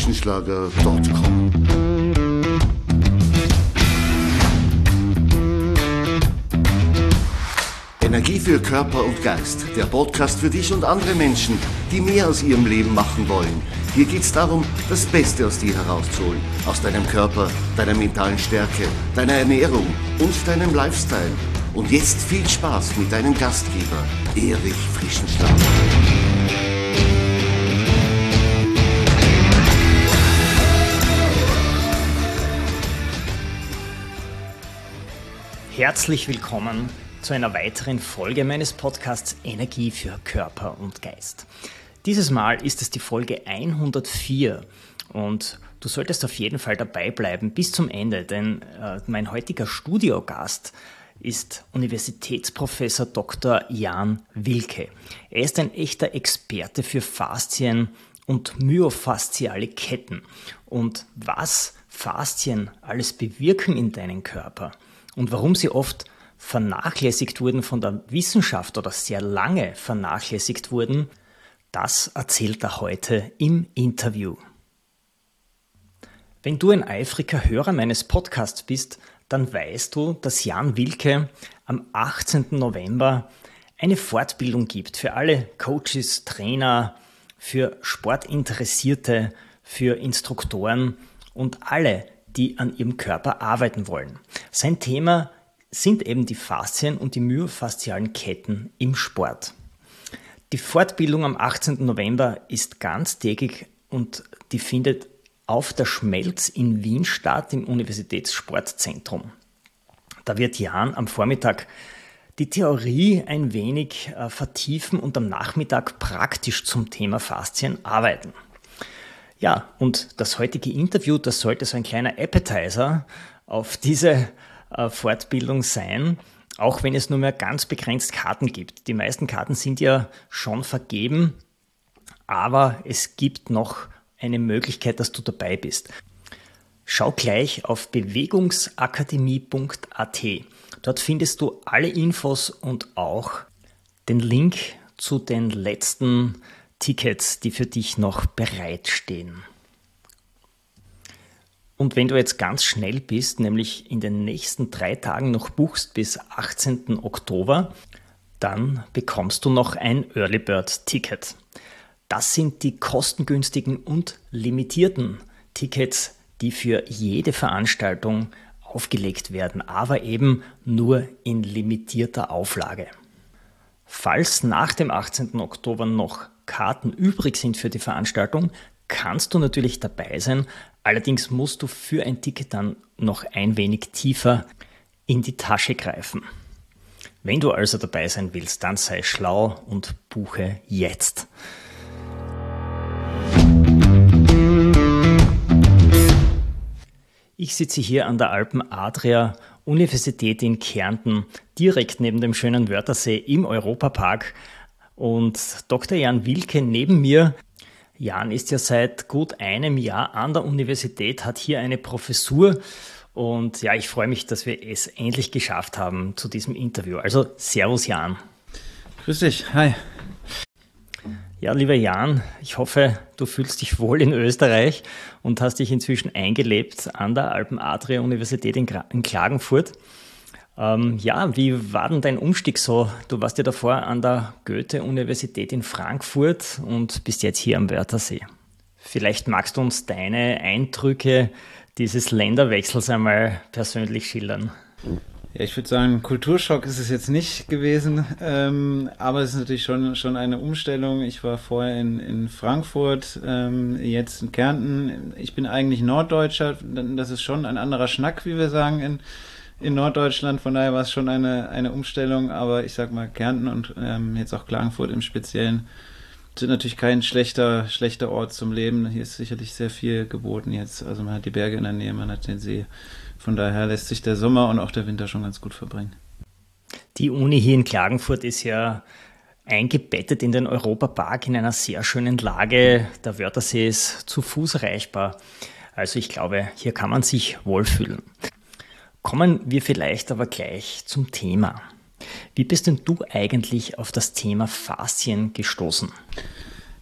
www.frischenschlager.com. Energie für Körper und Geist. Der Podcast für dich und andere Menschen, die mehr aus ihrem Leben machen wollen. Hier geht es darum, das Beste aus dir herauszuholen. Aus deinem Körper, deiner mentalen Stärke, deiner Ernährung und deinem Lifestyle. Und jetzt viel Spaß mit deinem Gastgeber, Erich Frischenschlager. Herzlich willkommen zu einer weiteren Folge meines Podcasts Energie für Körper und Geist. Dieses Mal ist es die Folge 104 und du solltest auf jeden Fall dabei bleiben bis zum Ende, denn mein heutiger Studiogast ist Universitätsprofessor Dr. Jan Wilke. Er ist ein echter Experte für Faszien und myofasziale Ketten und was Faszien alles bewirken in deinem Körper und warum sie oft vernachlässigt wurden von der Wissenschaft oder sehr lange vernachlässigt wurden, das erzählt er heute im Interview. Wenn du ein eifriger Hörer meines Podcasts bist, dann weißt du, dass Jan Wilke am 18. November eine Fortbildung gibt für alle Coaches, Trainer, für Sportinteressierte, für Instruktoren und alle, die an ihrem Körper arbeiten wollen. Sein Thema sind eben die Faszien und die myofaszialen Ketten im Sport. Die Fortbildung am 18. November ist ganztägig und die findet auf der Schmelz in Wien statt, im Universitätssportzentrum. Da wird Jan am Vormittag die Theorie ein wenig vertiefen und am Nachmittag praktisch zum Thema Faszien arbeiten. Ja, und das heutige Interview, das sollte so ein kleiner Appetizer auf diese Fortbildung sein, auch wenn es nur mehr ganz begrenzt Karten gibt. Die meisten Karten sind ja schon vergeben, aber es gibt noch eine Möglichkeit, dass du dabei bist. Schau gleich auf bewegungsakademie.at. Dort findest du alle Infos und auch den Link zu den letzten Tickets, die für dich noch bereitstehen. Und wenn du jetzt ganz schnell bist, nämlich in den nächsten 3 Tagen noch buchst bis 18. Oktober, dann bekommst du noch ein Early Bird Ticket. Das sind die kostengünstigen und limitierten Tickets, die für jede Veranstaltung aufgelegt werden, aber eben nur in limitierter Auflage. Falls nach dem 18. Oktober noch Karten übrig sind für die Veranstaltung, kannst du natürlich dabei sein. Allerdings musst du für ein Ticket dann noch ein wenig tiefer in die Tasche greifen. Wenn du also dabei sein willst, dann sei schlau und buche jetzt. Ich sitze hier an der Alpen Adria Universität in Kärnten, direkt neben dem schönen Wörthersee im Europapark und Dr. Jan Wilke neben mir. Jan ist ja seit gut einem Jahr an der Universität, hat hier eine Professur und ja, ich freue mich, dass wir es endlich geschafft haben zu diesem Interview. Also Servus Jan. Grüß dich, hi. Ja, lieber Jan, ich hoffe, du fühlst dich wohl in Österreich und hast dich inzwischen eingelebt an der Alpen Adria Universität in Klagenfurt. Wie war denn dein Umstieg so? Du warst ja davor an der Goethe-Universität in Frankfurt und bist jetzt hier am Wörthersee. Vielleicht magst du uns deine Eindrücke dieses Länderwechsels einmal persönlich schildern. Ja, ich würde sagen, Kulturschock ist es jetzt nicht gewesen, aber es ist natürlich schon eine Umstellung. Ich war vorher in Frankfurt, jetzt in Kärnten. Ich bin eigentlich Norddeutscher, das ist schon ein anderer Schnack, wie wir sagen, in Norddeutschland, von daher war es schon eine Umstellung, aber ich sag mal Kärnten und jetzt auch Klagenfurt im Speziellen sind natürlich kein schlechter Ort zum Leben. Hier ist sicherlich sehr viel geboten jetzt, also man hat die Berge in der Nähe, man hat den See, von daher lässt sich der Sommer und auch der Winter schon ganz gut verbringen. Die Uni hier in Klagenfurt ist ja eingebettet in den Europapark in einer sehr schönen Lage. Der Wörthersee ist zu Fuß erreichbar, also ich glaube, hier kann man sich wohlfühlen. Kommen wir vielleicht aber gleich zum Thema. Wie bist denn du eigentlich auf das Thema Faszien gestoßen?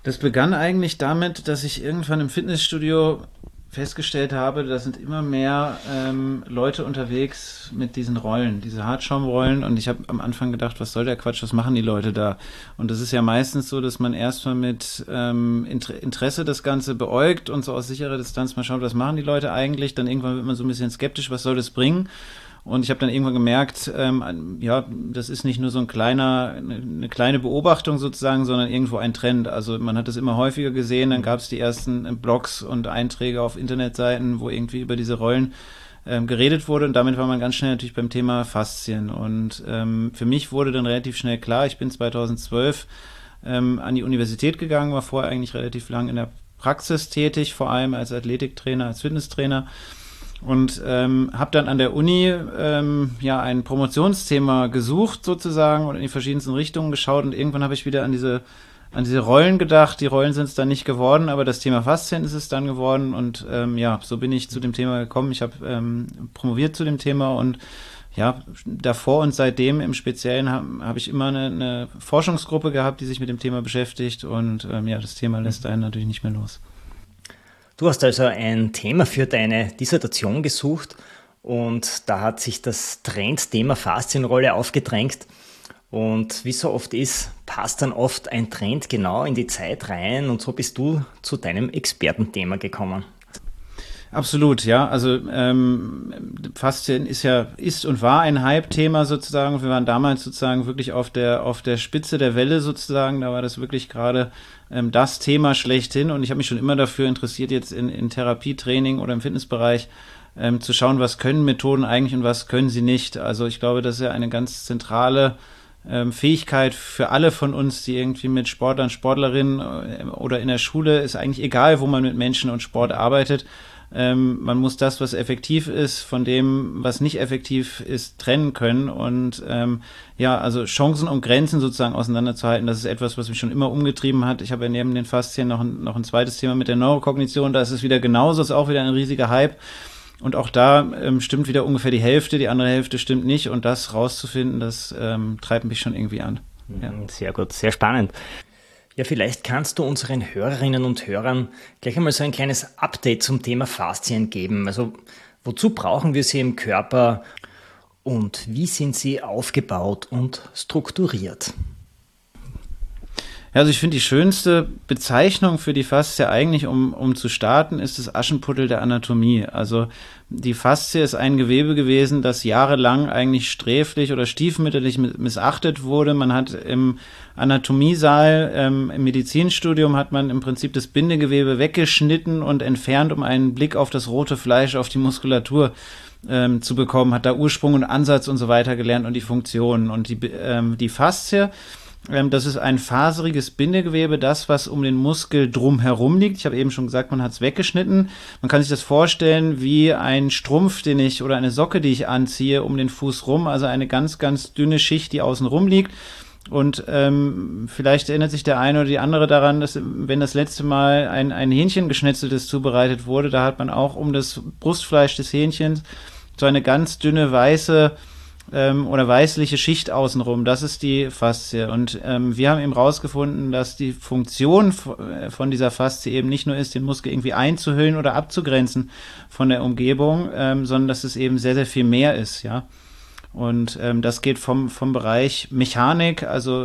Das begann eigentlich damit, dass ich irgendwann im Fitnessstudio festgestellt habe, da sind immer mehr Leute unterwegs mit diesen Rollen, diese Hartschaumrollen, und ich habe am Anfang gedacht, was soll der Quatsch, was machen die Leute da? Und das ist ja meistens so, dass man erstmal mit Interesse das Ganze beäugt und so aus sicherer Distanz mal schaut, was machen die Leute eigentlich, dann irgendwann wird man so ein bisschen skeptisch, was soll das bringen? Und ich habe dann irgendwann gemerkt, das ist nicht nur so eine kleine Beobachtung sozusagen, sondern irgendwo ein Trend. Also man hat das immer häufiger gesehen, dann gab es die ersten Blogs und Einträge auf Internetseiten, wo irgendwie über diese Rollen geredet wurde, und damit war man ganz schnell natürlich beim Thema Faszien. Und für mich wurde dann relativ schnell klar, ich bin 2012 an die Universität gegangen, war vorher eigentlich relativ lang in der Praxis tätig, vor allem als Athletiktrainer, als Fitnesstrainer. Und habe dann an der Uni ein Promotionsthema gesucht sozusagen und in die verschiedensten Richtungen geschaut, und irgendwann habe ich wieder an diese Rollen gedacht. Die Rollen sind es dann nicht geworden, aber das Thema Faszien ist es dann geworden, und so bin ich zu dem Thema gekommen. Ich habe promoviert zu dem Thema, und ja, davor und seitdem im Speziellen habe ich immer eine Forschungsgruppe gehabt, die sich mit dem Thema beschäftigt, und das Thema lässt einen natürlich nicht mehr los. Du hast also ein Thema für deine Dissertation gesucht, und da hat sich das Trendthema Faszienrolle aufgedrängt. Und wie so oft ist, passt dann oft ein Trend genau in die Zeit rein, und so bist du zu deinem Expertenthema gekommen. Absolut, ja. Also Faszien ist und war ein Hype-Thema sozusagen. Wir waren damals sozusagen wirklich auf der Spitze der Welle sozusagen. Da war das wirklich gerade das Thema schlechthin. Und ich habe mich schon immer dafür interessiert, jetzt in Therapietraining oder im Fitnessbereich zu schauen, was können Methoden eigentlich und was können sie nicht. Also ich glaube, das ist ja eine ganz zentrale Fähigkeit für alle von uns, die irgendwie mit Sportlern, Sportlerinnen oder in der Schule, ist eigentlich egal, wo man mit Menschen und Sport arbeitet. Man muss das, was effektiv ist, von dem, was nicht effektiv ist, trennen können, und also Chancen und Grenzen sozusagen auseinanderzuhalten, das ist etwas, was mich schon immer umgetrieben hat. Ich habe ja neben den Faszien noch ein zweites Thema mit der Neurokognition, da ist es wieder genauso, ist auch wieder ein riesiger Hype, und auch da stimmt wieder ungefähr die Hälfte, die andere Hälfte stimmt nicht, und das rauszufinden, das treibt mich schon irgendwie an. Ja. Sehr gut, sehr spannend. Ja, vielleicht kannst du unseren Hörerinnen und Hörern gleich einmal so ein kleines Update zum Thema Faszien geben. Also, wozu brauchen wir sie im Körper und wie sind sie aufgebaut und strukturiert? Ja, also ich finde, die schönste Bezeichnung für die Faszie eigentlich, um zu starten, ist das Aschenputtel der Anatomie. Also die Faszie ist ein Gewebe gewesen, das jahrelang eigentlich sträflich oder stiefmütterlich missachtet wurde. Man hat im Anatomiesaal, im Medizinstudium hat man im Prinzip das Bindegewebe weggeschnitten und entfernt, um einen Blick auf das rote Fleisch, auf die Muskulatur zu bekommen, hat da Ursprung und Ansatz und so weiter gelernt und die Funktionen. Und die Faszie, das ist ein faseriges Bindegewebe, das, was um den Muskel drumherum liegt. Ich habe eben schon gesagt, man hat es weggeschnitten. Man kann sich das vorstellen wie ein Strumpf, oder eine Socke, die ich anziehe, um den Fuß rum. Also eine ganz, ganz dünne Schicht, die außen rum liegt. Und vielleicht erinnert sich der eine oder die andere daran, dass, wenn das letzte Mal ein Hähnchen geschnetzeltes zubereitet wurde, da hat man auch um das Brustfleisch des Hähnchens so eine ganz dünne weiße oder weißliche Schicht außenrum. Das ist die Faszie. Und wir haben eben rausgefunden, dass die Funktion von dieser Faszie eben nicht nur ist, den Muskel irgendwie einzuhüllen oder abzugrenzen von der Umgebung, sondern dass es eben sehr, sehr viel mehr ist, ja. Und das geht vom Bereich Mechanik, also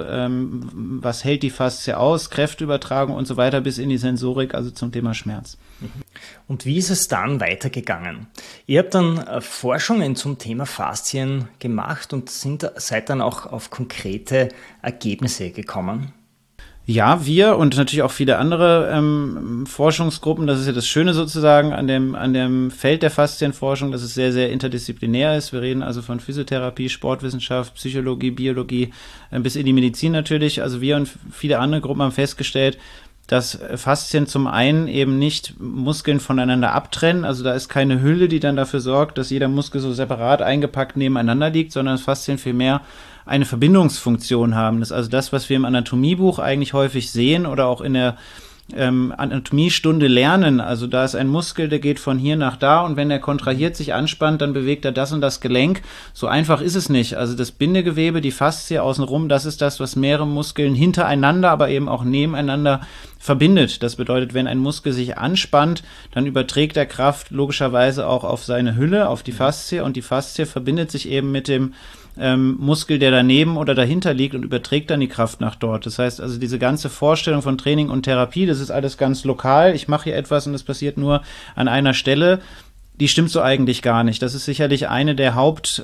was hält die Faszie aus, Kräfteübertragung und so weiter, bis in die Sensorik, also zum Thema Schmerz. Und wie ist es dann weitergegangen? Ihr habt dann Forschungen zum Thema Faszien gemacht und seid dann auch auf konkrete Ergebnisse gekommen? Ja, wir und natürlich auch viele andere Forschungsgruppen, das ist ja das Schöne sozusagen an dem Feld der Faszienforschung, dass es sehr, sehr interdisziplinär ist. Wir reden also von Physiotherapie, Sportwissenschaft, Psychologie, Biologie, bis in die Medizin natürlich. Also wir und viele andere Gruppen haben festgestellt, dass Faszien zum einen eben nicht Muskeln voneinander abtrennen, also da ist keine Hülle, die dann dafür sorgt, dass jeder Muskel so separat eingepackt nebeneinander liegt, sondern dass Faszien vielmehr eine Verbindungsfunktion haben. Das ist also das, was wir im Anatomiebuch eigentlich häufig sehen oder auch in der Anatomiestunde lernen. Also da ist ein Muskel, der geht von hier nach da und wenn er kontrahiert, sich anspannt, dann bewegt er das und das Gelenk. So einfach ist es nicht. Also das Bindegewebe, die Faszie außenrum, das ist das, was mehrere Muskeln hintereinander, aber eben auch nebeneinander verbindet. Das bedeutet, wenn ein Muskel sich anspannt, dann überträgt er Kraft logischerweise auch auf seine Hülle, auf die Faszie und die Faszie verbindet sich eben mit dem Muskel, der daneben oder dahinter liegt und überträgt dann die Kraft nach dort. Das heißt also, diese ganze Vorstellung von Training und Therapie, das ist alles ganz lokal. Ich mache hier etwas und es passiert nur an einer Stelle. Die stimmt so eigentlich gar nicht. Das ist sicherlich eine der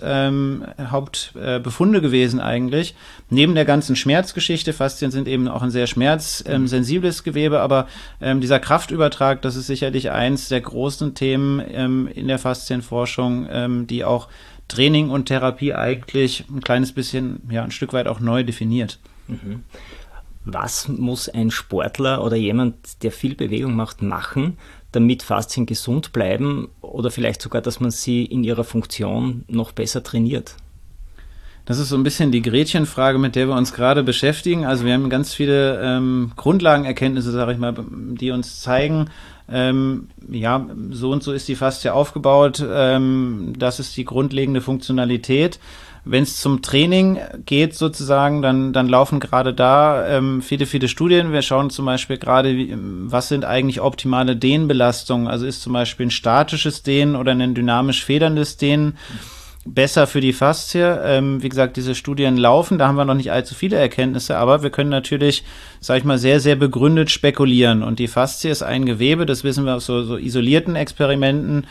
Hauptbefunde gewesen eigentlich. Neben der ganzen Schmerzgeschichte, Faszien sind eben auch ein sehr schmerzsensibles Gewebe, aber dieser Kraftübertrag, das ist sicherlich eins der großen Themen in der Faszienforschung, die auch Training und Therapie eigentlich ein kleines bisschen, ja, ein Stück weit auch neu definiert. Mhm. Was muss ein Sportler oder jemand, der viel Bewegung macht, machen, damit Faszien gesund bleiben oder vielleicht sogar, dass man sie in ihrer Funktion noch besser trainiert? Das ist so ein bisschen die Gretchenfrage, mit der wir uns gerade beschäftigen. Also wir haben ganz viele Grundlagenerkenntnisse, sage ich mal, die uns zeigen, ja, so und so ist die Faszie aufgebaut, das ist die grundlegende Funktionalität. Wenn es zum Training geht sozusagen, dann laufen gerade da viele Studien. Wir schauen zum Beispiel gerade, was sind eigentlich optimale Dehnbelastungen. Also ist zum Beispiel ein statisches Dehnen oder ein dynamisch federndes Dehnen besser für die Faszie. Wie gesagt, diese Studien laufen, da haben wir noch nicht allzu viele Erkenntnisse, aber wir können natürlich, sag ich mal, sehr, sehr begründet spekulieren. Und die Faszie ist ein Gewebe, das wissen wir aus so isolierten Experimenten,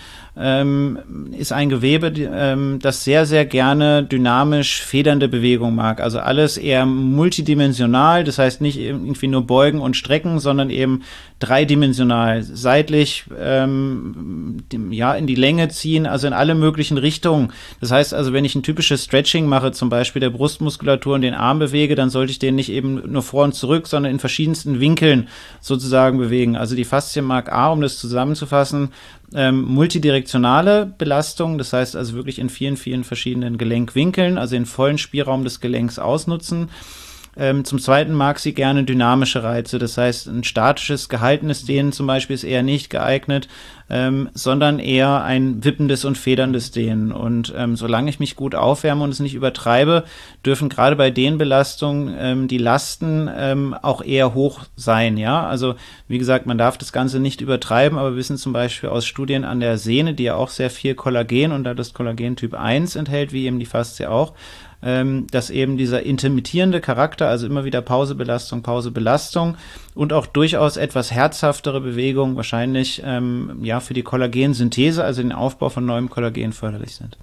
ist ein Gewebe, das sehr, sehr gerne dynamisch federnde Bewegung mag. Also alles eher multidimensional, das heißt nicht irgendwie nur beugen und strecken, sondern eben dreidimensional, seitlich, ja, in die Länge ziehen, also in alle möglichen Richtungen. Das heißt also, wenn ich ein typisches Stretching mache, zum Beispiel der Brustmuskulatur und den Arm bewege, dann sollte ich den nicht eben nur vor und zurück, sondern in verschiedensten Winkeln sozusagen bewegen. Also die Faszie mag um das zusammenzufassen, multidirektionale Belastung, das heißt also wirklich in vielen verschiedenen Gelenkwinkeln, also den vollen Spielraum des Gelenks ausnutzen. Zum Zweiten mag sie gerne dynamische Reize, das heißt ein statisches, gehaltenes Dehnen zum Beispiel ist eher nicht geeignet, sondern eher ein wippendes und federndes Dehnen. Und solange ich mich gut aufwärme und es nicht übertreibe, dürfen gerade bei Dehnbelastung die Lasten auch eher hoch sein. Ja, also wie gesagt, man darf das Ganze nicht übertreiben, aber wir wissen zum Beispiel aus Studien an der Sehne, die ja auch sehr viel Kollagen und da das Kollagen Typ 1 enthält, wie eben die Faszie auch, dass eben dieser intermittierende Charakter, also immer wieder Pause, Belastung und auch durchaus etwas herzhaftere Bewegungen wahrscheinlich ja für die Kollagensynthese, also den Aufbau von neuem Kollagen förderlich sind.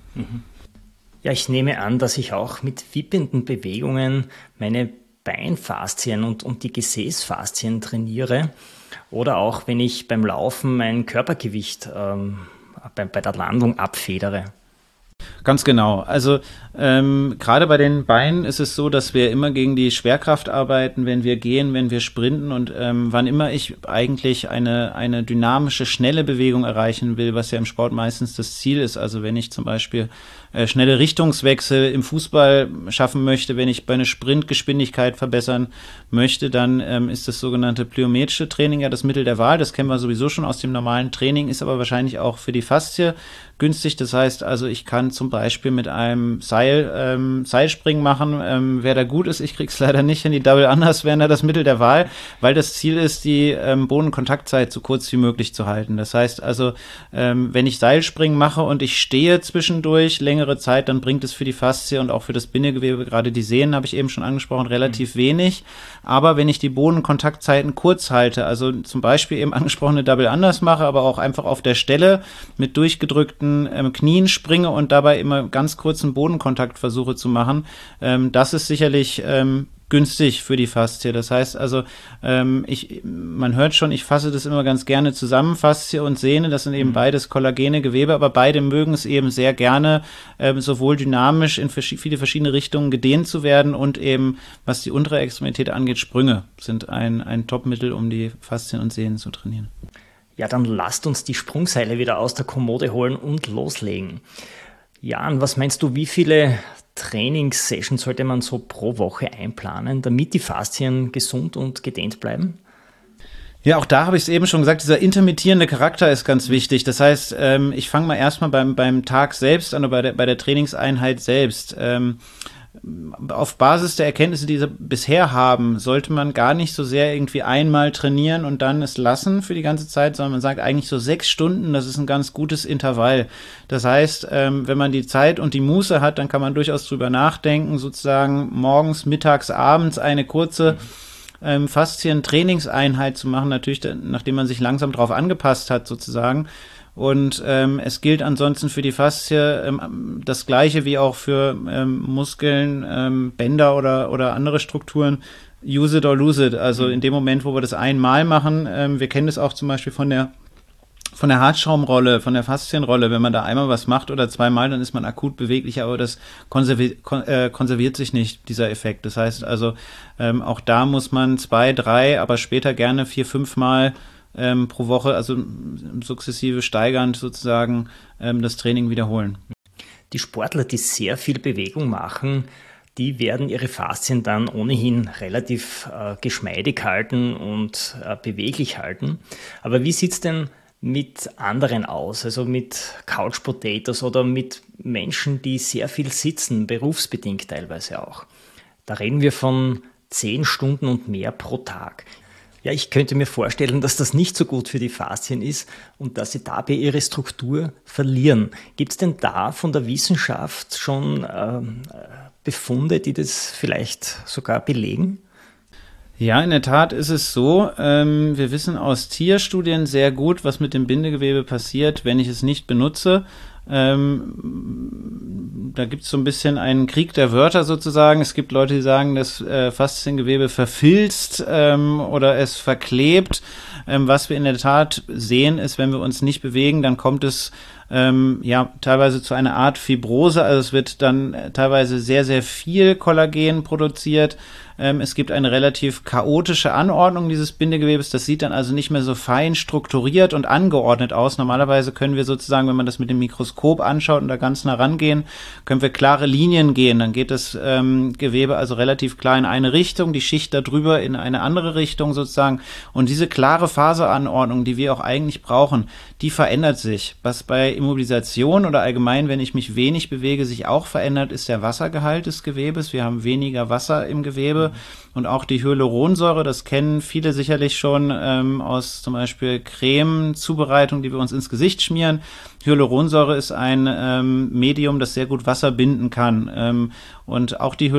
Ja, ich nehme an, dass ich auch mit wippenden Bewegungen meine Beinfaszien und die Gesäßfaszien trainiere oder auch wenn ich beim Laufen mein Körpergewicht bei der Landung abfedere. Ganz genau. Also gerade bei den Beinen ist es so, dass wir immer gegen die Schwerkraft arbeiten, wenn wir gehen, wenn wir sprinten und wann immer ich eigentlich eine dynamische, schnelle Bewegung erreichen will, was ja im Sport meistens das Ziel ist. Also wenn ich zum Beispiel schnelle Richtungswechsel im Fußball schaffen möchte, wenn ich meine Sprintgeschwindigkeit verbessern möchte, dann ist das sogenannte plyometrische Training ja das Mittel der Wahl. Das kennen wir sowieso schon aus dem normalen Training, ist aber wahrscheinlich auch für die Faszie günstig. Das heißt also, ich kann zum Beispiel mit einem Seilspringen machen. Wer da gut ist, ich krieg's leider nicht hin. Die Double Unders wären da das Mittel der Wahl, weil das Ziel ist, die Bodenkontaktzeit so kurz wie möglich zu halten. Das heißt also, wenn ich Seilspringen mache und ich stehe zwischendurch längere Zeit, dann bringt es für die Faszie und auch für das Bindegewebe, gerade die Sehnen, habe ich eben schon angesprochen, relativ wenig. Aber wenn ich die Bodenkontaktzeiten kurz halte, also zum Beispiel eben angesprochene Double Unders mache, aber auch einfach auf der Stelle mit durchgedrückten Knien springe und dabei immer ganz kurzen Bodenkontakt versuche zu machen, das ist sicherlich günstig für die Faszie. Das heißt also, man hört schon, ich fasse das immer ganz gerne zusammen, Faszie und Sehne, das sind eben beides kollagene Gewebe, aber beide mögen es eben sehr gerne, sowohl dynamisch in viele verschiedene Richtungen gedehnt zu werden und eben, was die untere Extremität angeht, Sprünge sind ein Top-Mittel, um die Faszien und Sehnen zu trainieren. Ja, dann lasst uns die Sprungseile wieder aus der Kommode holen und loslegen. Jan, was meinst du, wie viele Trainingssessions sollte man so pro Woche einplanen, damit die Faszien gesund und gedehnt bleiben? Ja, auch da habe ich es eben schon gesagt, dieser intermittierende Charakter ist ganz wichtig. Das heißt, ich fange mal erstmal beim Tag selbst an, oder bei der Trainingseinheit selbst. Auf Basis der Erkenntnisse, die wir bisher haben, sollte man gar nicht so sehr irgendwie einmal trainieren und dann es lassen für die ganze Zeit, sondern man sagt eigentlich so 6 Stunden, das ist ein ganz gutes Intervall. Das heißt, wenn man die Zeit und die Muße hat, dann kann man durchaus drüber nachdenken, sozusagen morgens, mittags, abends eine kurze Faszien-Trainingseinheit zu machen, natürlich, nachdem man sich langsam drauf angepasst hat, sozusagen. Und es gilt ansonsten für die Faszie das Gleiche wie auch für Muskeln, Bänder oder andere Strukturen. Use it or lose it. Also in dem Moment, wo wir das einmal machen, wir kennen das auch zum Beispiel von der Hartschaumrolle, von der Faszienrolle. Wenn man da einmal was macht oder zweimal, dann ist man akut beweglicher, aber das konserviert sich nicht, dieser Effekt. Das heißt also, auch da muss man 2, 3, aber später gerne 4, 5 Mal pro Woche, also sukzessive steigernd sozusagen das Training wiederholen. Die Sportler, die sehr viel Bewegung machen, die werden ihre Faszien dann ohnehin relativ geschmeidig halten und beweglich halten. Aber wie sieht es denn mit anderen aus, also mit Couch Potatoes oder mit Menschen, die sehr viel sitzen, berufsbedingt teilweise auch? Da reden wir von 10 Stunden und mehr pro Tag. Ja, ich könnte mir vorstellen, dass das nicht so gut für die Faszien ist und dass sie dabei ihre Struktur verlieren. Gibt es denn da von der Wissenschaft schon Befunde, die das vielleicht sogar belegen? Ja, in der Tat ist es so. Wir wissen aus Tierstudien sehr gut, was mit dem Bindegewebe passiert, wenn ich es nicht benutze. Da gibt es so ein bisschen einen Krieg der Wörter sozusagen. Es gibt Leute, die sagen, dass Fasziengewebe verfilzt oder es verklebt. Was wir in der Tat sehen, ist, wenn wir uns nicht bewegen, dann kommt es teilweise zu einer Art Fibrose. Also es wird dann teilweise sehr, sehr viel Kollagen produziert. Es gibt eine relativ chaotische Anordnung dieses Bindegewebes. Das sieht dann also nicht mehr so fein strukturiert und angeordnet aus. Normalerweise können wir sozusagen, wenn man das mit dem Mikroskop anschaut und da ganz nah rangehen, können wir klare Linien gehen. Dann geht das Gewebe also relativ klar in eine Richtung, die Schicht darüber in eine andere Richtung sozusagen. Und diese klare Faseranordnung, die wir auch eigentlich brauchen, die verändert sich. Was bei Immobilisation oder allgemein, wenn ich mich wenig bewege, sich auch verändert, ist der Wassergehalt des Gewebes. Wir haben weniger Wasser im Gewebe. Und auch die Hyaluronsäure, das kennen viele sicherlich schon aus zum Beispiel Creme-Zubereitung, die wir uns ins Gesicht schmieren. Hyaluronsäure ist ein Medium, das sehr gut Wasser binden kann. Und auch die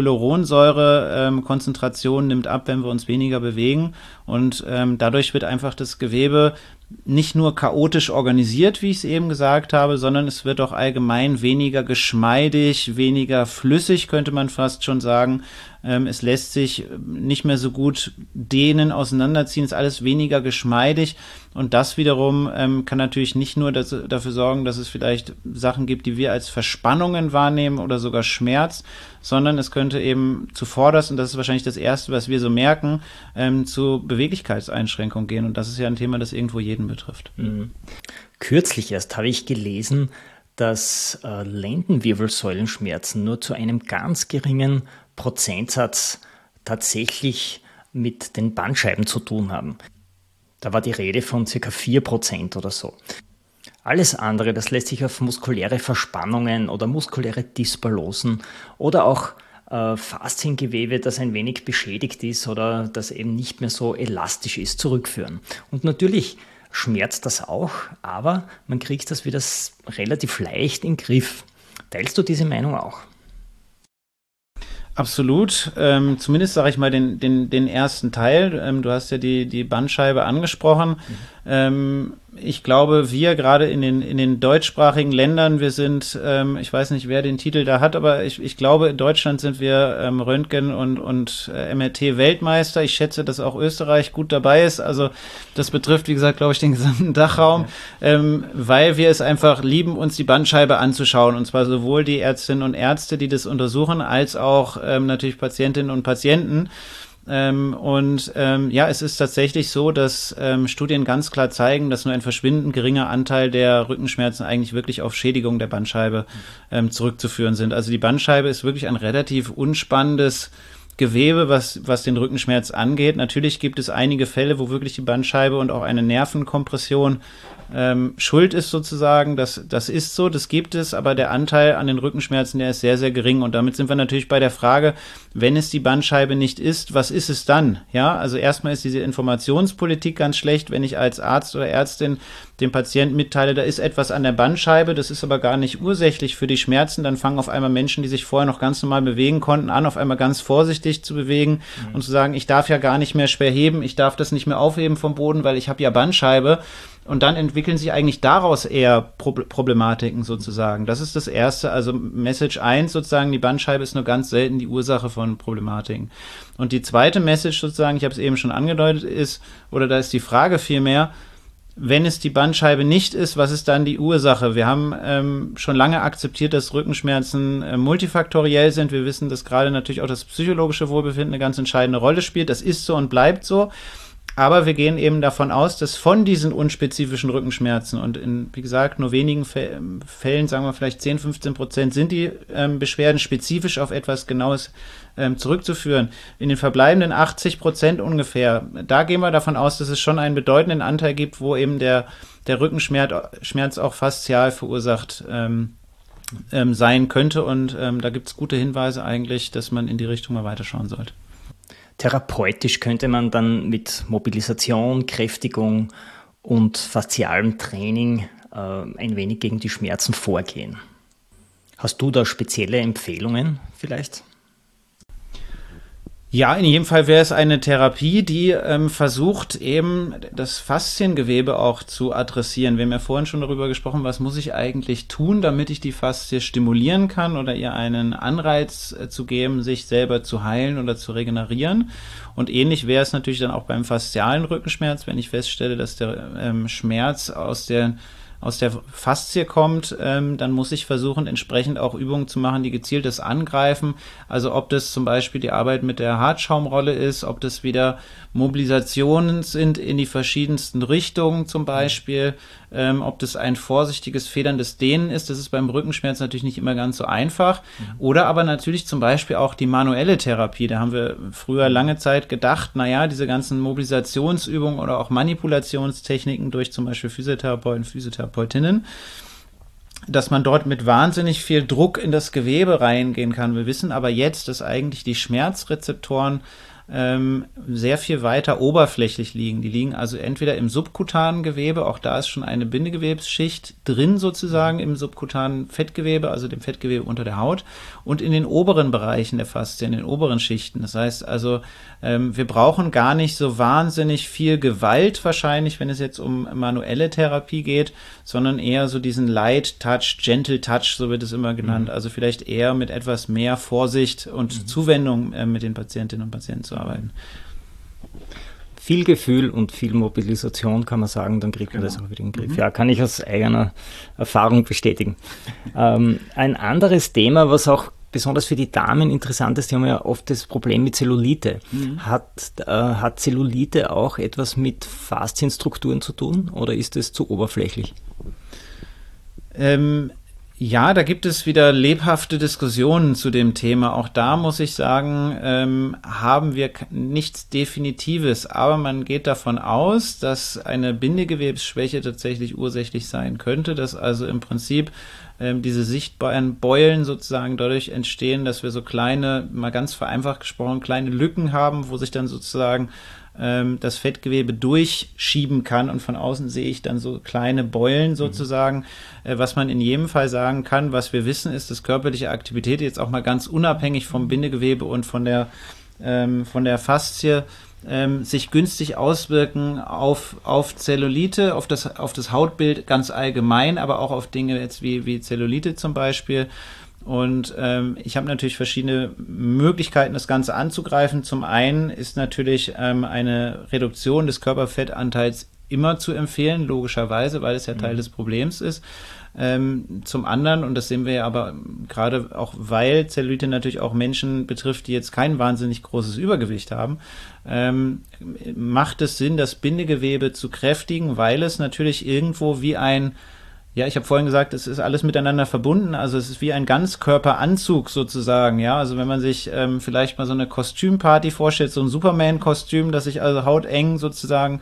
Hyaluronsäure-Konzentration nimmt ab, wenn wir uns weniger bewegen. Und dadurch wird einfach das Gewebe nicht nur chaotisch organisiert, wie ich es eben gesagt habe, sondern es wird auch allgemein weniger geschmeidig, weniger flüssig, könnte man fast schon sagen. Es lässt sich nicht mehr so gut dehnen, auseinanderziehen, ist alles weniger geschmeidig. Und das wiederum kann natürlich nicht nur dafür sorgen, dass es vielleicht Sachen gibt, die wir als Verspannungen wahrnehmen oder sogar Schmerz, sondern es könnte eben zuvorderst, und das ist wahrscheinlich das Erste, was wir so merken, zu Beweglichkeitseinschränkungen gehen. Und das ist ja ein Thema, das irgendwo jeden betrifft. Mhm. Kürzlich erst habe ich gelesen, dass Lendenwirbelsäulenschmerzen nur zu einem ganz geringen Prozentsatz tatsächlich mit den Bandscheiben zu tun haben. Da war die Rede von ca. 4% oder so. Alles andere, das lässt sich auf muskuläre Verspannungen oder muskuläre Dysbalosen oder auch Fasziengewebe, das ein wenig beschädigt ist oder das eben nicht mehr so elastisch ist, zurückführen. Und natürlich schmerzt das auch, aber man kriegt das wieder relativ leicht in den Griff. Teilst du diese Meinung auch? Absolut. Zumindest sage ich mal den ersten Teil. Du hast ja die Bandscheibe angesprochen. Ich glaube, wir gerade in den deutschsprachigen Ländern, wir sind, ich weiß nicht, wer den Titel da hat, aber ich glaube, in Deutschland sind wir Röntgen- und MRT-Weltmeister. Ich schätze, dass auch Österreich gut dabei ist. Also das betrifft, wie gesagt, glaube ich, den gesamten Dachraum, weil wir es einfach lieben, uns die Bandscheibe anzuschauen. Und zwar sowohl die Ärztinnen und Ärzte, die das untersuchen, als auch natürlich Patientinnen und Patienten. Es ist tatsächlich so, dass Studien ganz klar zeigen, dass nur ein verschwindend geringer Anteil der Rückenschmerzen eigentlich wirklich auf Schädigung der Bandscheibe zurückzuführen sind. Also die Bandscheibe ist wirklich ein relativ unspannendes Gewebe, was den Rückenschmerz angeht. Natürlich gibt es einige Fälle, wo wirklich die Bandscheibe und auch eine Nervenkompression schuld ist sozusagen. Das ist so, das gibt es, aber der Anteil an den Rückenschmerzen, der ist sehr, sehr gering. Und damit sind wir natürlich bei der Frage, wenn es die Bandscheibe nicht ist, was ist es dann? Ja, also erstmal ist diese Informationspolitik ganz schlecht, wenn ich als Arzt oder Ärztin dem Patienten mitteile, da ist etwas an der Bandscheibe, das ist aber gar nicht ursächlich für die Schmerzen, dann fangen auf einmal Menschen, die sich vorher noch ganz normal bewegen konnten, an, auf einmal ganz vorsichtig zu bewegen und zu sagen, ich darf ja gar nicht mehr schwer heben, ich darf das nicht mehr aufheben vom Boden, weil ich habe ja Bandscheibe. Und dann entwickeln sich eigentlich daraus eher Problematiken sozusagen. Das ist das Erste, also Message 1 sozusagen, die Bandscheibe ist nur ganz selten die Ursache von Problematiken. Und die zweite Message sozusagen, ich habe es eben schon angedeutet, ist, oder da ist die Frage vielmehr, wenn es die Bandscheibe nicht ist, was ist dann die Ursache? Wir haben schon lange akzeptiert, dass Rückenschmerzen multifaktoriell sind. Wir wissen, dass gerade natürlich auch das psychologische Wohlbefinden eine ganz entscheidende Rolle spielt. Das ist so und bleibt so. Aber wir gehen eben davon aus, dass von diesen unspezifischen Rückenschmerzen und in, wie gesagt, nur wenigen Fällen, sagen wir vielleicht 10-15%, sind die Beschwerden spezifisch auf etwas Genaues zurückzuführen. In den verbleibenden 80% ungefähr, da gehen wir davon aus, dass es schon einen bedeutenden Anteil gibt, wo eben der Rückenschmerz auch faszial verursacht sein könnte. Und da gibt es gute Hinweise eigentlich, dass man in die Richtung mal weiterschauen sollte. Therapeutisch könnte man dann mit Mobilisation, Kräftigung und faszialem Training ein wenig gegen die Schmerzen vorgehen. Hast du da spezielle Empfehlungen vielleicht? Ja, in jedem Fall wäre es eine Therapie, die versucht eben das Fasziengewebe auch zu adressieren. Wir haben ja vorhin schon darüber gesprochen, was muss ich eigentlich tun, damit ich die Faszie stimulieren kann oder ihr einen Anreiz zu geben, sich selber zu heilen oder zu regenerieren. Und ähnlich wäre es natürlich dann auch beim faszialen Rückenschmerz, wenn ich feststelle, dass der Schmerz aus der Faszie kommt, dann muss ich versuchen, entsprechend auch Übungen zu machen, die gezielt das angreifen. Also ob das zum Beispiel die Arbeit mit der Hartschaumrolle ist, ob das wieder Mobilisationen sind in die verschiedensten Richtungen zum Beispiel, ob das ein vorsichtiges, federndes Dehnen ist. Das ist beim Rückenschmerz natürlich nicht immer ganz so einfach. Oder aber natürlich zum Beispiel auch die manuelle Therapie. Da haben wir früher lange Zeit gedacht, naja, diese ganzen Mobilisationsübungen oder auch Manipulationstechniken durch zum Beispiel Physiotherapeuten, Physiotherapeutinnen, dass man dort mit wahnsinnig viel Druck in das Gewebe reingehen kann. Wir wissen aber jetzt, dass eigentlich die Schmerzrezeptoren sehr viel weiter oberflächlich liegen. Die liegen also entweder im subkutanen Gewebe, auch da ist schon eine Bindegewebsschicht drin sozusagen im subkutanen Fettgewebe, also dem Fettgewebe unter der Haut, und in den oberen Bereichen der Faszie, in den oberen Schichten. Das heißt also, wir brauchen gar nicht so wahnsinnig viel Gewalt wahrscheinlich, wenn es jetzt um manuelle Therapie geht, sondern eher so diesen Light Touch, Gentle Touch, so wird es immer genannt. Also vielleicht eher mit etwas mehr Vorsicht und Zuwendung mit den Patientinnen und Patienten zu arbeiten. Viel Gefühl und viel Mobilisation, kann man sagen, dann kriegt man das auch wieder in den Griff. Ja, kann ich aus eigener Erfahrung bestätigen. Ein anderes Thema, was auch besonders für die Damen interessant ist, die haben ja oft das Problem mit Zellulite. Hat Zellulite auch etwas mit Faszienstrukturen zu tun oder ist es zu oberflächlich? Ja, da gibt es wieder lebhafte Diskussionen zu dem Thema. Auch da muss ich sagen, haben wir nichts Definitives, aber man geht davon aus, dass eine Bindegewebsschwäche tatsächlich ursächlich sein könnte, dass also im Prinzip diese sichtbaren Beulen sozusagen dadurch entstehen, dass wir so kleine, mal ganz vereinfacht gesprochen, kleine Lücken haben, wo sich dann sozusagen das Fettgewebe durchschieben kann und von außen sehe ich dann so kleine Beulen sozusagen. Was man in jedem Fall sagen kann, was wir wissen, ist, dass körperliche Aktivität jetzt auch mal ganz unabhängig vom Bindegewebe und von der Faszie sich günstig auswirken auf Zellulite, auf das Hautbild ganz allgemein, aber auch auf Dinge jetzt wie Zellulite zum Beispiel. Und ich habe natürlich verschiedene Möglichkeiten, das Ganze anzugreifen. Zum einen ist natürlich eine Reduktion des Körperfettanteils immer zu empfehlen, logischerweise, weil es ja Teil des Problems ist. Zum anderen, und das sehen wir ja aber gerade auch, weil Zellulite natürlich auch Menschen betrifft, die jetzt kein wahnsinnig großes Übergewicht haben, macht es Sinn, das Bindegewebe zu kräftigen, weil es natürlich irgendwo wie ein Ja, ich habe vorhin gesagt, es ist alles miteinander verbunden, also es ist wie ein Ganzkörperanzug sozusagen, ja, also wenn man sich vielleicht mal so eine Kostümparty vorstellt, so ein Superman-Kostüm, das sich also hauteng sozusagen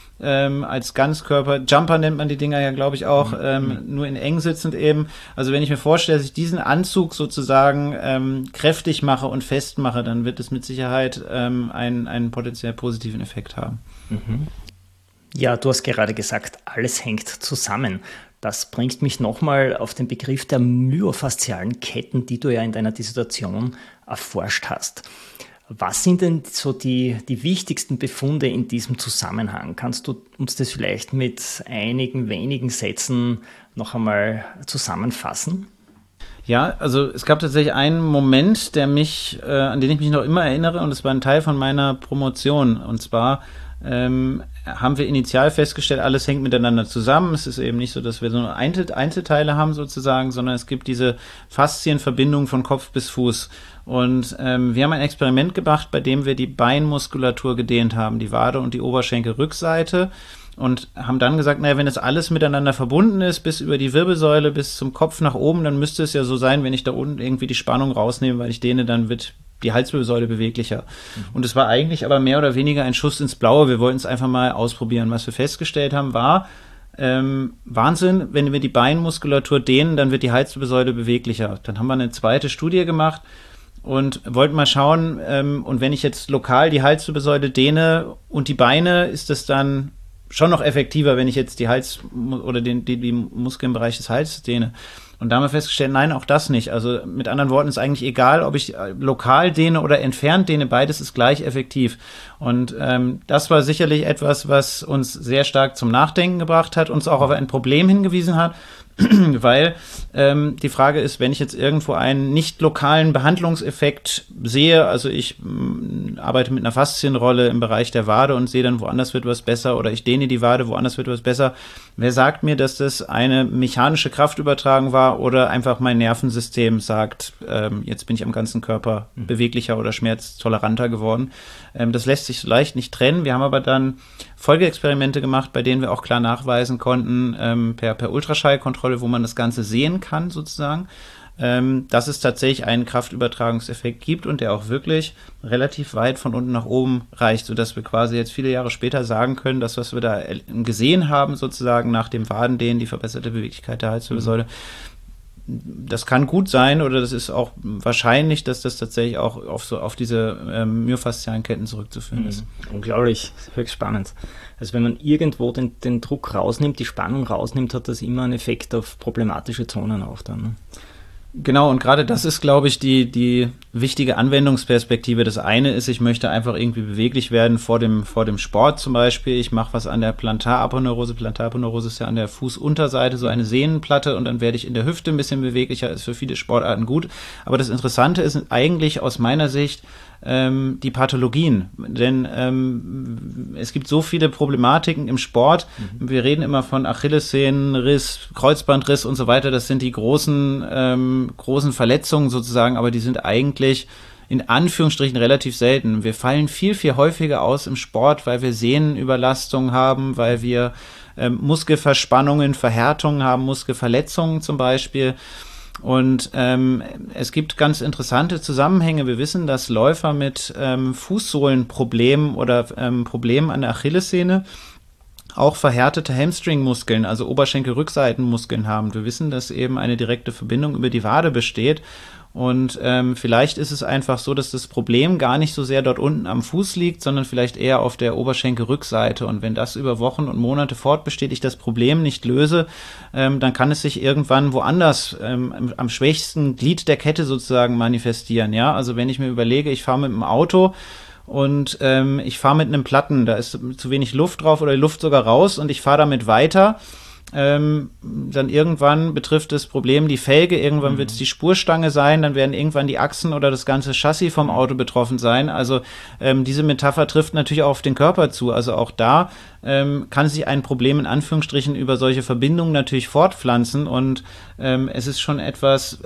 als Ganzkörper, Jumper nennt man die Dinger ja, glaube ich, auch, nur in eng sitzend eben. Also wenn ich mir vorstelle, dass ich diesen Anzug sozusagen kräftig mache und festmache, dann wird es mit Sicherheit einen potenziell positiven Effekt haben. Mhm. Ja, du hast gerade gesagt, alles hängt zusammen. Das bringt mich nochmal auf den Begriff der myofaszialen Ketten, die du ja in deiner Dissertation erforscht hast. Was sind denn so die wichtigsten Befunde in diesem Zusammenhang? Kannst du uns das vielleicht mit einigen wenigen Sätzen noch einmal zusammenfassen? Ja, also es gab tatsächlich einen Moment, an den ich mich noch immer erinnere, und das war ein Teil von meiner Promotion. Und zwar haben wir initial festgestellt, alles hängt miteinander zusammen. Es ist eben nicht so, dass wir so Einzelteile haben sozusagen, sondern es gibt diese Faszienverbindung von Kopf bis Fuß. Und wir haben ein Experiment gemacht, bei dem wir die Beinmuskulatur gedehnt haben, die Wade und die Oberschenkelrückseite. Und haben dann gesagt, naja, wenn das alles miteinander verbunden ist, bis über die Wirbelsäule, bis zum Kopf nach oben, dann müsste es ja so sein, wenn ich da unten irgendwie die Spannung rausnehme, weil ich dehne, dann wird die Halswirbelsäule beweglicher. Und es war eigentlich aber mehr oder weniger ein Schuss ins Blaue. Wir wollten es einfach mal ausprobieren. Was wir festgestellt haben, war, Wahnsinn, wenn wir die Beinmuskulatur dehnen, dann wird die Halswirbelsäule beweglicher. Dann haben wir eine zweite Studie gemacht und wollten mal schauen, und wenn ich jetzt lokal die Halswirbelsäule dehne und die Beine, ist das dann schon noch effektiver, wenn ich jetzt die oder die Muskeln im Bereich des Halses dehne. Und da haben wir festgestellt, nein, auch das nicht. Also mit anderen Worten ist eigentlich egal, ob ich lokal dehne oder entfernt dehne, beides ist gleich effektiv. Und das war sicherlich etwas, was uns sehr stark zum Nachdenken gebracht hat, uns auch auf ein Problem hingewiesen hat, weil die Frage ist, wenn ich jetzt irgendwo einen nicht lokalen Behandlungseffekt sehe, also ich arbeite mit einer Faszienrolle im Bereich der Wade und sehe dann, woanders wird was besser, oder ich dehne die Wade, woanders wird was besser, wer sagt mir, dass das eine mechanische Kraftübertragung war oder einfach mein Nervensystem sagt, jetzt bin ich am ganzen Körper beweglicher oder schmerztoleranter geworden. Das lässt sich so leicht nicht trennen. Wir haben aber dann Folgeexperimente gemacht, bei denen wir auch klar nachweisen konnten, per Ultraschallkontrolle, wo man das Ganze sehen kann sozusagen, dass es tatsächlich einen Kraftübertragungseffekt gibt und der auch wirklich relativ weit von unten nach oben reicht, sodass wir quasi jetzt viele Jahre später sagen können, dass was wir da gesehen haben sozusagen nach dem Wadendehnen, die verbesserte Beweglichkeit der Halswirbelsäule, das kann gut sein oder das ist auch wahrscheinlich, dass das tatsächlich auch auf diese myofaszialen Ketten zurückzuführen ist. Unglaublich, höchst spannend. Also wenn man irgendwo den Druck rausnimmt, die Spannung rausnimmt, hat das immer einen Effekt auf problematische Zonen auch dann. Ne? Genau, und gerade das ist, glaube ich, die wichtige Anwendungsperspektive. Das eine ist, ich möchte einfach irgendwie beweglich werden vor dem Sport zum Beispiel. Ich mache was an der Plantaraponeurose. Plantaraponeurose ist ja an der Fußunterseite so eine Sehnenplatte und dann werde ich in der Hüfte ein bisschen beweglicher. Ist für viele Sportarten gut. Aber das Interessante ist eigentlich aus meiner Sicht die Pathologien. Denn es gibt so viele Problematiken im Sport. Wir reden immer von Achillessehnenriss, Kreuzbandriss und so weiter. Das sind die großen Verletzungen sozusagen, aber die sind eigentlich in Anführungsstrichen relativ selten. Wir fallen viel, viel häufiger aus im Sport, weil wir Sehnenüberlastung haben, weil wir Muskelverspannungen, Verhärtungen haben, Muskelverletzungen zum Beispiel. Und es gibt ganz interessante Zusammenhänge. Wir wissen, dass Läufer mit Fußsohlenproblemen oder Problemen an der Achillessehne auch verhärtete Hamstringmuskeln, also Oberschenkelrückseitenmuskeln haben. Wir wissen, dass eben eine direkte Verbindung über die Wade besteht. Und vielleicht ist es einfach so, dass das Problem gar nicht so sehr dort unten am Fuß liegt, sondern vielleicht eher auf der Oberschenkelrückseite. Und wenn das über Wochen und Monate fortbesteht, ich das Problem nicht löse, dann kann es sich irgendwann woanders am schwächsten Glied der Kette sozusagen manifestieren. Ja, also wenn ich mir überlege, ich fahre mit dem Auto und ich fahre mit einem Platten, da ist zu wenig Luft drauf oder die Luft sogar raus und ich fahre damit weiter. Dann irgendwann betrifft das Problem die Felge, irgendwann wird es die Spurstange sein, dann werden irgendwann die Achsen oder das ganze Chassis vom Auto betroffen sein. Also diese Metapher trifft natürlich auch auf den Körper zu. Also auch da kann sich ein Problem in Anführungsstrichen über solche Verbindungen natürlich fortpflanzen und es ist schon etwas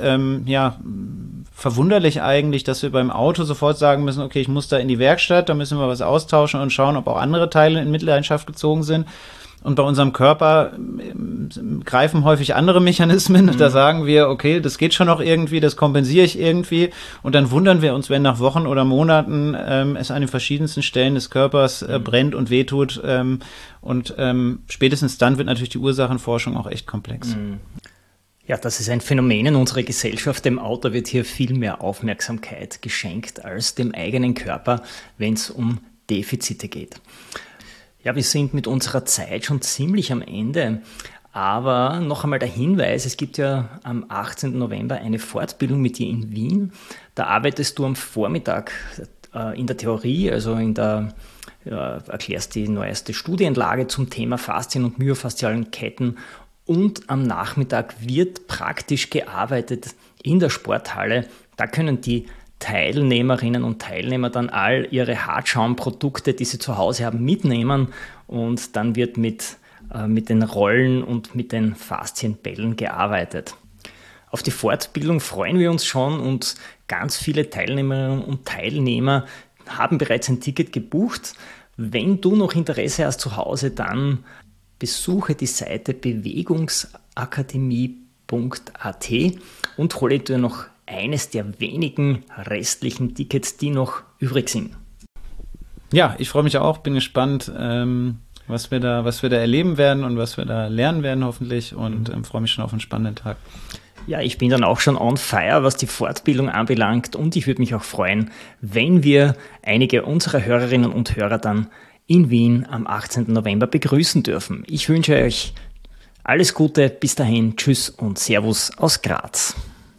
verwunderlich eigentlich, dass wir beim Auto sofort sagen müssen, okay, ich muss da in die Werkstatt, da müssen wir was austauschen und schauen, ob auch andere Teile in Mitleidenschaft gezogen sind. Und bei unserem Körper greifen häufig andere Mechanismen. Da sagen wir, okay, das geht schon noch irgendwie, das kompensiere ich irgendwie. Und dann wundern wir uns, wenn nach Wochen oder Monaten es an den verschiedensten Stellen des Körpers brennt und wehtut. Und spätestens dann wird natürlich die Ursachenforschung auch echt komplex. Ja, das ist ein Phänomen in unserer Gesellschaft. Dem Auto wird hier viel mehr Aufmerksamkeit geschenkt als dem eigenen Körper, wenn es um Defizite geht. Ja, wir sind mit unserer Zeit schon ziemlich am Ende. Aber noch einmal der Hinweis, es gibt ja am 18. November eine Fortbildung mit dir in Wien. Da arbeitest du am Vormittag in der Theorie, also erklärst die neueste Studienlage zum Thema Faszien und myofaszialen Ketten. Und am Nachmittag wird praktisch gearbeitet in der Sporthalle. Da können die Teilnehmerinnen und Teilnehmer dann all ihre Hartschaumprodukte, die sie zu Hause haben, mitnehmen. Und dann wird mit den Rollen und mit den Faszienbällen gearbeitet. Auf die Fortbildung freuen wir uns schon und ganz viele Teilnehmerinnen und Teilnehmer haben bereits ein Ticket gebucht. Wenn du noch Interesse hast zu Hause, dann besuche die Seite bewegungsakademie.at und hole dir noch eines der wenigen restlichen Tickets, die noch übrig sind. Ja, ich freue mich auch, bin gespannt, was wir da erleben werden und was wir da lernen werden hoffentlich und freue mich schon auf einen spannenden Tag. Ja, ich bin dann auch schon on fire, was die Fortbildung anbelangt und ich würde mich auch freuen, wenn wir einige unserer Hörerinnen und Hörer dann in Wien am 18. November begrüßen dürfen. Ich wünsche euch alles Gute, bis dahin, tschüss und Servus aus Graz.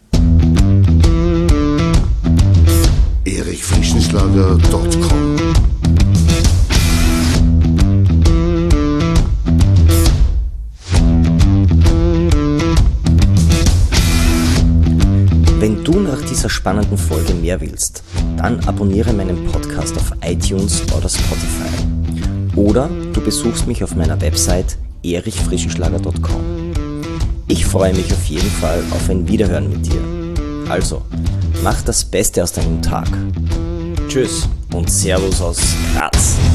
erichfrischenschlager.com Wenn du nach dieser spannenden Folge mehr willst, dann abonniere meinen Podcast auf iTunes oder Spotify. Oder du besuchst mich auf meiner Website erichfrischenschlager.com. Ich freue mich auf jeden Fall auf ein Wiederhören mit dir. Also, mach das Beste aus deinem Tag. Tschüss und Servus aus Graz.